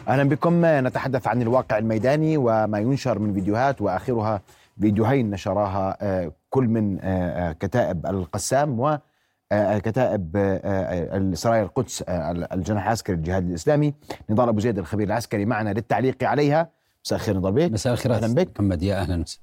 أهلا بكم. نتحدث عن الواقع الميداني وما ينشر من فيديوهات، وآخرها فيديوهين نشراها كل من كتائب القسام وكتائب سرايا القدس الجناح العسكري للجهاد الإسلامي. نضال أبو زيد الخبير العسكري معنا للتعليق عليها. مساء الخير نضال بك. مساء الخير. أهلا بك محمد. يا أهلا وسهلا.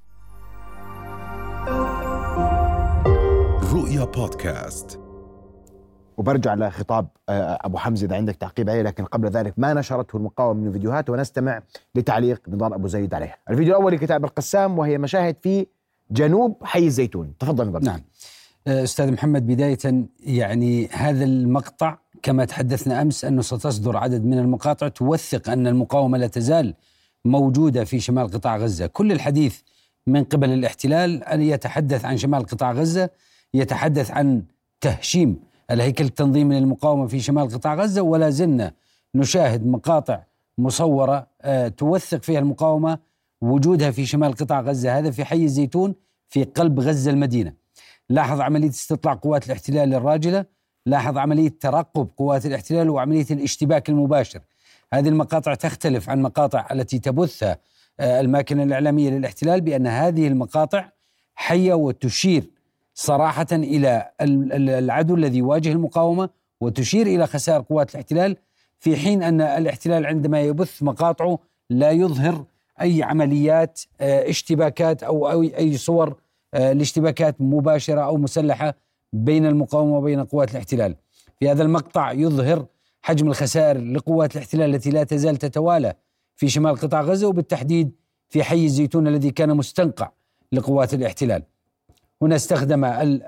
رؤيا بودكاست. وبرجع لخطاب أبو حمزة إذا عندك تعقيب عليه، لكن قبل ذلك ما نشرته المقاومة من فيديوهات ونستمع لتعليق نضال أبو زيد عليها. الفيديو الأول لكتائب القسام وهي مشاهد في جنوب حي الزيتون. تفضل نضال. نعم أستاذ محمد، بداية يعني هذا المقطع كما تحدثنا أمس أنه ستصدر عدد من المقاطع توثق أن المقاومة لا تزال موجودة في شمال قطاع غزة. كل الحديث من قبل الاحتلال أن يتحدث عن شمال قطاع غزة، يتحدث عن تهشيم الهيكل التنظيمي للمقاومة في شمال قطاع غزة، ولا زلنا نشاهد مقاطع مصورة توثق فيها المقاومة وجودها في شمال قطاع غزة، هذا في حي الزيتون في قلب غزة المدينة. لاحظ عملية استطلاع قوات الاحتلال الراجلة، لاحظ عملية ترقب قوات الاحتلال وعملية الاشتباك المباشر. هذه المقاطع تختلف عن مقاطع التي تبثها الماكينة الإعلامية للاحتلال، بأن هذه المقاطع حية وتشير صراحة إلى العدو الذي يواجه المقاومة وتشير إلى خسائر قوات الاحتلال، في حين أن الاحتلال عندما يبث مقاطعه لا يظهر أي عمليات اشتباكات أو أي صور لاشتباكات مباشرة أو مسلحة بين المقاومة وبين قوات الاحتلال. في هذا المقطع يظهر حجم الخسائر لقوات الاحتلال التي لا تزال تتوالى في شمال قطاع غزة، وبالتحديد في حي الزيتون الذي كان مستنقع لقوات الاحتلال. هنا استخدم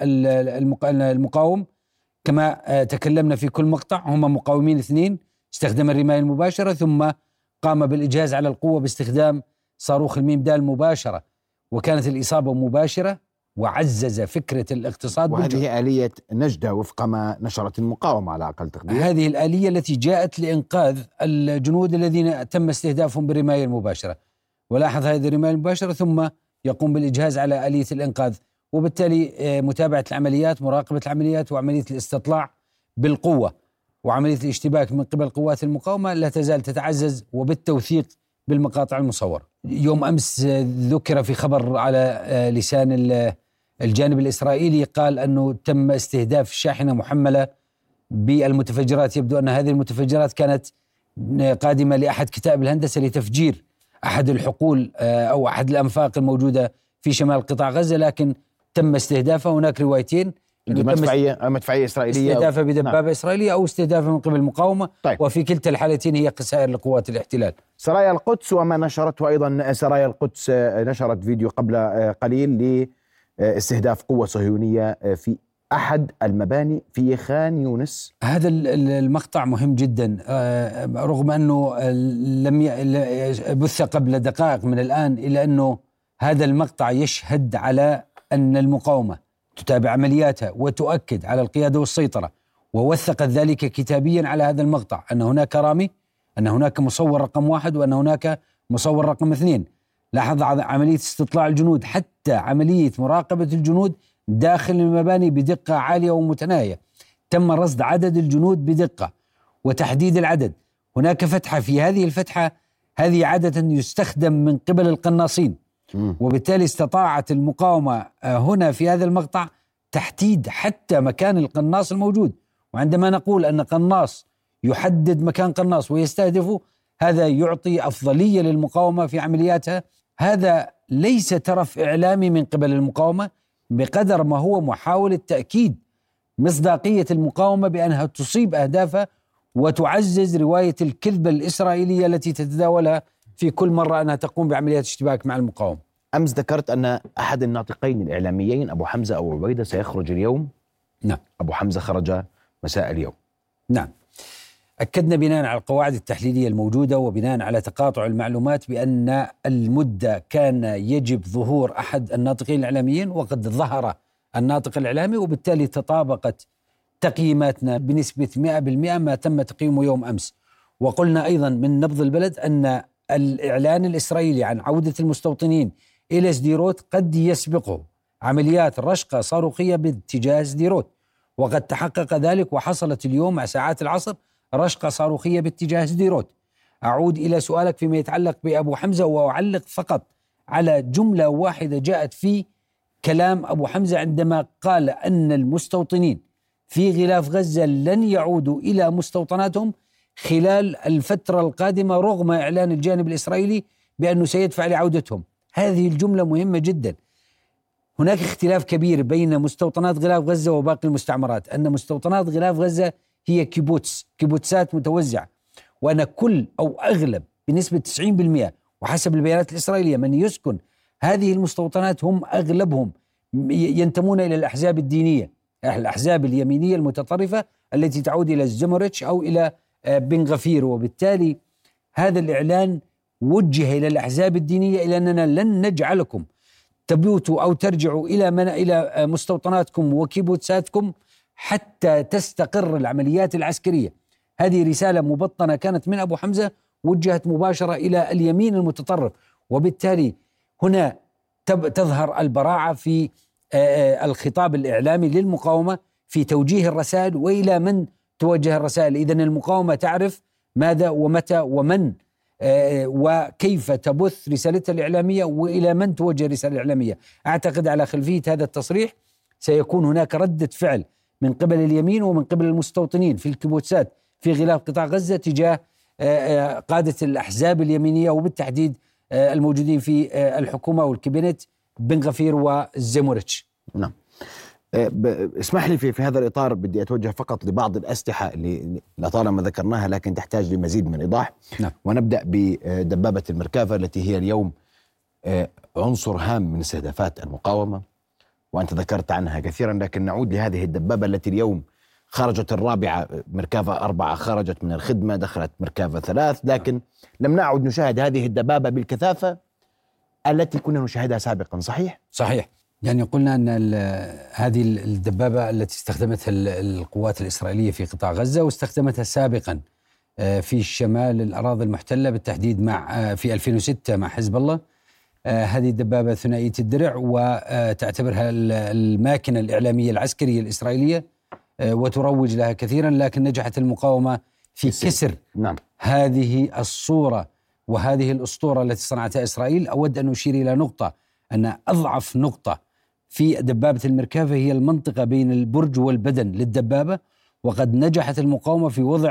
المقاوم كما تكلمنا في كل مقطع، هم مقاومين اثنين، استخدم الرماية المباشرة ثم قام بالإجهاز على القوة باستخدام صاروخ الميم دال مباشرة، وكانت الإصابة مباشرة وعزز فكرة الاقتصاد. وهذه آلية نجدة وفق ما نشرت المقاومة على أقل تقدير. هذه الآلية التي جاءت لإنقاذ الجنود الذين تم استهدافهم بالرماية المباشرة، ولاحظ هذه الرماية المباشرة ثم يقوم بالإجهاز على آلية الإنقاذ، وبالتالي متابعة العمليات، مراقبة العمليات، وعملية الاستطلاع بالقوة وعملية الاشتباك من قبل قوات المقاومة لا تزال تتعزز وبالتوثيق بالمقاطع المصورة. يوم أمس ذكر في خبر على لسان الجانب الإسرائيلي، قال أنه تم استهداف شاحنة محملة بالمتفجرات. يبدو أن هذه المتفجرات كانت قادمة لأحد كتائب الهندسة لتفجير أحد الحقول أو أحد الأنفاق الموجودة في شمال قطاع غزة، لكن تم استهدافها. هناك روايتين، مدفعية إسرائيلية، استهدافها بدبابة إسرائيلية أو استهدافها من قبل المقاومة. طيب. وفي كلتا الحالتين هي خسائر لقوات الاحتلال. سرايا القدس وما نشرته أيضا سرايا القدس نشرت فيديو قبل قليل لاستهداف قوة صهيونية في أحد المباني في خان يونس. هذا المقطع مهم جدا، رغم أنه لم بث قبل دقائق من الآن، إلا أنه هذا المقطع يشهد على أن المقاومة تتابع عملياتها وتؤكد على القيادة والسيطرة، ووثقت ذلك كتابيا على هذا المقطع، أن هناك رامي، أن هناك مصور رقم 1 وأن هناك مصور رقم 2. لاحظ عملية استطلاع الجنود، حتى عملية مراقبة الجنود داخل المباني بدقة عالية ومتناهية. تم رصد عدد الجنود بدقة وتحديد العدد. هناك فتحة، في هذه الفتحة هذه عادة يستخدم من قبل القناصين، وبالتالي استطاعت المقاومة هنا في هذا المقطع تحديد حتى مكان القناص الموجود. وعندما نقول أن قناص يحدد مكان قناص ويستهدفه، هذا يعطي أفضلية للمقاومة في عملياتها. هذا ليس ترف إعلامي من قبل المقاومة بقدر ما هو محاولة تأكيد مصداقية المقاومة بأنها تصيب أهدافها وتعزز رواية الكذبة الإسرائيلية التي تتداولها في كل مرة أنها تقوم بعمليات اشتباك مع المقاومة. أمس ذكرت أن أحد الناطقين الإعلاميين أبو حمزة أو عبيدة سيخرج اليوم. نعم. أبو حمزة خرج مساء اليوم. نعم. أكدنا بناء على القواعد التحليلية الموجودة وبناء على تقاطع المعلومات بأن المدة كان يجب ظهور أحد الناطقين الإعلاميين، وقد ظهر الناطق الإعلامي، وبالتالي تطابقت تقييماتنا بنسبة 100% ما تم تقييمه يوم أمس. وقلنا أيضا من نبض البلد أن الإعلان الإسرائيلي عن عودة المستوطنين إلى سديروت قد يسبقه عمليات رشقة صاروخية باتجاه سديروت، وقد تحقق ذلك وحصلت اليوم مع ساعات العصر رشقة صاروخية باتجاه سديروت. أعود إلى سؤالك فيما يتعلق بأبو حمزة، وأعلق فقط على جملة واحدة جاءت في كلام أبو حمزة عندما قال أن المستوطنين في غلاف غزة لن يعودوا إلى مستوطناتهم خلال الفترة القادمة رغم إعلان الجانب الإسرائيلي بأنه سيدفع لعودتهم. هذه الجملة مهمة جدا. هناك اختلاف كبير بين مستوطنات غلاف غزة وباقي المستعمرات، أن مستوطنات غلاف غزة هي كيبوتسات متوزعة، وأن كل أو أغلب بنسبة 90% وحسب البيانات الإسرائيلية من يسكن هذه المستوطنات هم أغلبهم ينتمون إلى الأحزاب الدينية، الأحزاب اليمينية المتطرفة التي تعود إلى الزموريتش أو إلى بن غفير. وبالتالي هذا الإعلان وجه إلى الأحزاب الدينية إلى أننا لن نجعلكم تبيتوا أو ترجعوا إلى مستوطناتكم وكيبوتساتكم حتى تستقر العمليات العسكرية. هذه رسالة مبطنة كانت من أبو حمزة وجهت مباشرة إلى اليمين المتطرف، وبالتالي هنا تظهر البراعة في الخطاب الإعلامي للمقاومة في توجيه الرسائل وإلى من توجه الرسائل. إذن المقاومة تعرف ماذا ومتى ومن وكيف تبث رسالتها الإعلامية وإلى من توجه رسالة الإعلامية. أعتقد على خلفية هذا التصريح سيكون هناك ردة فعل من قبل اليمين ومن قبل المستوطنين في الكيبوتسات في غلاف قطاع غزة تجاه قادة الأحزاب اليمينية وبالتحديد الموجودين في الحكومة والكابينت بن غفير والزموريتش. نعم. اسمح لي في هذا الإطار بدي أتوجه فقط لبعض الأسلحة اللي لطالما ذكرناها لكن تحتاج لمزيد من الإيضاح. نعم. ونبدأ بدبابة المركافة التي هي اليوم عنصر هام من استهدافات المقاومة، وأنت ذكرت عنها كثيرا، لكن نعود لهذه الدبابة التي اليوم خرجت الرابعة. مركافة 4 خرجت من الخدمة، دخلت مركافة 3، لكن لم نعد نشاهد هذه الدبابة بالكثافة التي كنا نشاهدها سابقا. صحيح؟ يعني قلنا أن هذه الدبابة التي استخدمتها القوات الإسرائيلية في قطاع غزة واستخدمتها سابقا في شمال الأراضي المحتلة بالتحديد في 2006 مع حزب الله. هذه الدبابة ثنائية الدرع وتعتبرها الماكنة الإعلامية العسكرية الإسرائيلية وتروج لها كثيرا، لكن نجحت المقاومة في كسر هذه الصورة وهذه الأسطورة التي صنعتها إسرائيل. أود أن أشير إلى نقطة، أن أضعف نقطة في دبابة المركافة هي المنطقة بين البرج والبدن للدبابة، وقد نجحت المقاومة في وضع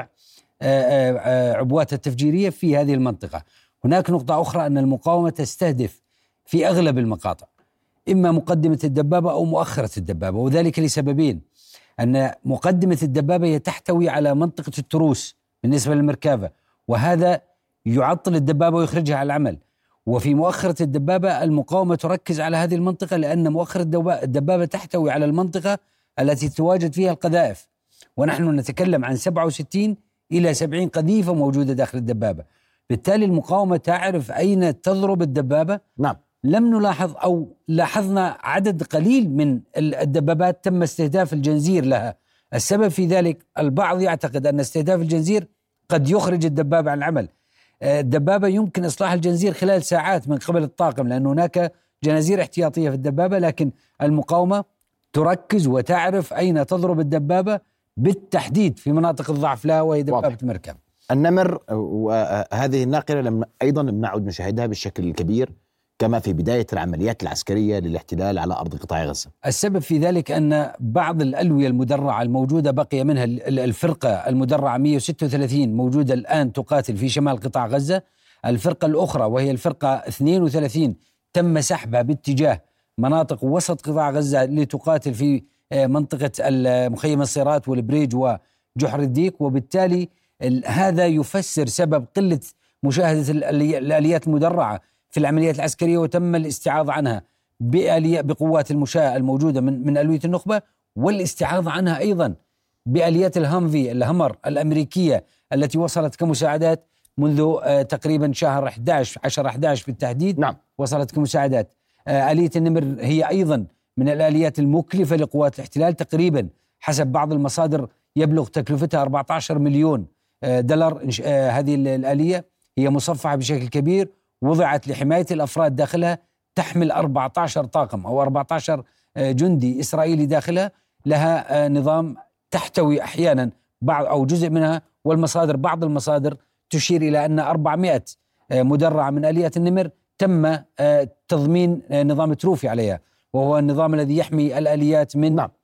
عبواتها التفجيرية في هذه المنطقة. هناك نقطة أخرى، أن المقاومة تستهدف في أغلب المقاطع إما مقدمة الدبابة أو مؤخرة الدبابة، وذلك لسببين: أن مقدمة الدبابة هي تحتوي على منطقة التروس بالنسبة للمركافة، وهذا يعطل الدبابة ويخرجها على العمل. وفي مؤخرة الدبابة المقاومة تركز على هذه المنطقة لأن مؤخرة الدبابة تحتوي على المنطقة التي تواجد فيها القذائف، ونحن نتكلم عن 67 إلى 70 قذيفة موجودة داخل الدبابة. بالتالي المقاومة تعرف أين تضرب الدبابة. نعم. لم نلاحظ أو لاحظنا عدد قليل من الدبابات تم استهداف الجنزير لها. السبب في ذلك البعض يعتقد أن استهداف الجنزير قد يخرج الدبابة عن العمل. الدبابة يمكن إصلاح الجنزير خلال ساعات من قبل الطاقم، لأن هناك جنازير احتياطية في الدبابة، لكن المقاومة تركز وتعرف أين تضرب الدبابة بالتحديد في مناطق الضعف لها، وهي دبابة المركب. النمر وهذه الناقلة أيضا لم نعد نشاهدها بالشكل الكبير كما في بداية العمليات العسكرية للاحتلال على أرض قطاع غزة. السبب في ذلك أن بعض الألوية المدرعة الموجودة بقي منها الفرقة المدرعة 136 موجودة الآن تقاتل في شمال قطاع غزة. الفرقة الأخرى وهي الفرقة 32 تم سحبها باتجاه مناطق وسط قطاع غزة لتقاتل في منطقة مخيم الصيرات والبريج وجحر الديك، وبالتالي هذا يفسر سبب قلة مشاهدة الآليات المدرعة في العمليات العسكرية، وتم الاستعاضة عنها بقوات المشاة الموجودة من ألوية النخبة، والاستعاضة عنها أيضا بآليات الهمر الأمريكية التي وصلت كمساعدات منذ تقريبا شهر 11 بالتحديد. نعم. وصلت كمساعدات. آلية النمر هي أيضا من الآليات المكلفة لقوات الاحتلال، تقريبا حسب بعض المصادر يبلغ تكلفتها 14 مليون دولار. هذه الآلية هي مصفحة بشكل كبير، وضعت لحماية الأفراد داخلها، تحمل 14 طاقم أو 14 جندي إسرائيلي داخلها، لها نظام تحتوي أحيانا بعض أو جزء منها، والمصادر بعض المصادر تشير إلى أن 400 مدرعة من آليات النمر تم تضمين نظام تروفي عليها، وهو النظام الذي يحمي الآليات من نعم.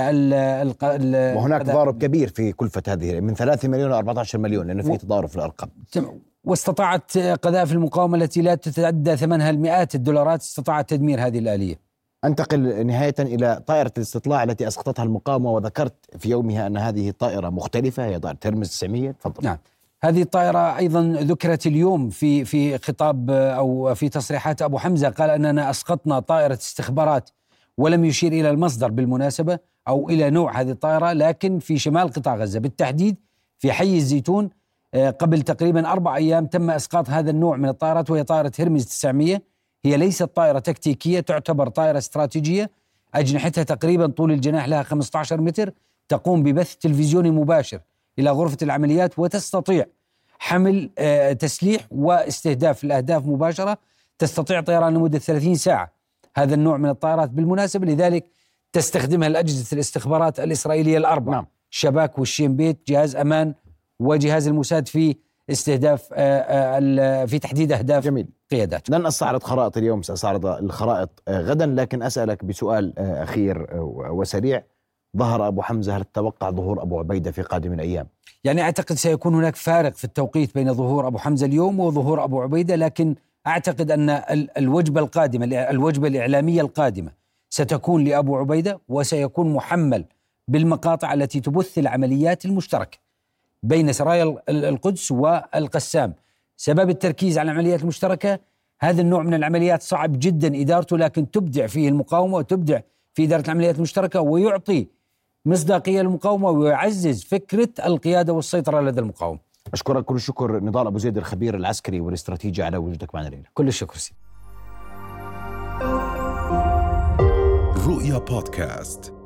وهناك تضارب كبير في كلفة هذه من 3 مليون إلى 14 مليون، لأنه في تضارب في الأرقام. واستطاعت قذائف المقاومة التي لا تتعدى ثمنها المئات الدولارات استطاعت تدمير هذه الآلية. أنتقل نهاية إلى طائرة الاستطلاع التي أسقطتها المقاومة، وذكرت في يومها أن هذه طائرة مختلفة، هي طائرة هرمز 900. تفضل. نعم، هذه الطائرة أيضا ذكرت اليوم في خطاب أو في تصريحات أبو حمزة، قال أننا أسقطنا طائرة استخبارات، ولم يشير إلى المصدر بالمناسبة أو إلى نوع هذه الطائرة، لكن في شمال قطاع غزة بالتحديد في حي الزيتون قبل تقريبا 4 أيام تم إسقاط هذا النوع من الطائرات، وهي طائرة هرمز 900. هي ليست طائرة تكتيكية، تعتبر طائرة استراتيجية، أجنحتها تقريبا طول الجناح لها 15 متر، تقوم ببث تلفزيوني مباشر إلى غرفة العمليات، وتستطيع حمل تسليح واستهداف الأهداف مباشرة، تستطيع طيران لمدة 30 ساعة. هذا النوع من الطائرات بالمناسبة لذلك تستخدمها الأجهزة الاستخبارات الإسرائيلية الأربعة. نعم. شباك والشين بيت، جهاز أمان، وجهاز الموساد في استهداف في تحديد أهداف. جميل. قيادات. لن أستعرض خرائط اليوم، سأستعرض الخرائط غدا، لكن أسألك بسؤال أخير وسريع. ظهر أبو حمزة، هل تتوقع ظهور أبو عبيدة في قادم الأيام؟ يعني أعتقد سيكون هناك فارق في التوقيت بين ظهور أبو حمزة اليوم وظهور أبو عبيدة، لكن أعتقد أن الوجبة القادمة، الوجبة الإعلامية القادمة ستكون لأبو عبيدة، وسيكون محمل بالمقاطع التي تبث العمليات المشتركة بين سرايا القدس والقسام. سبب التركيز على العمليات المشتركة، هذا النوع من العمليات صعب جدا إدارته، لكن تبدع فيه المقاومة وتبدع في إدارة العمليات المشتركة، ويعطي مصداقية للمقاومة ويعزز فكرة القيادة والسيطرة لدى المقاومة. أشكرك كل الشكر نضال أبو زيد، الخبير العسكري والاستراتيجي، على وجودك معنا الليلة. كل الشكر سيدي. رؤيا بودكاست.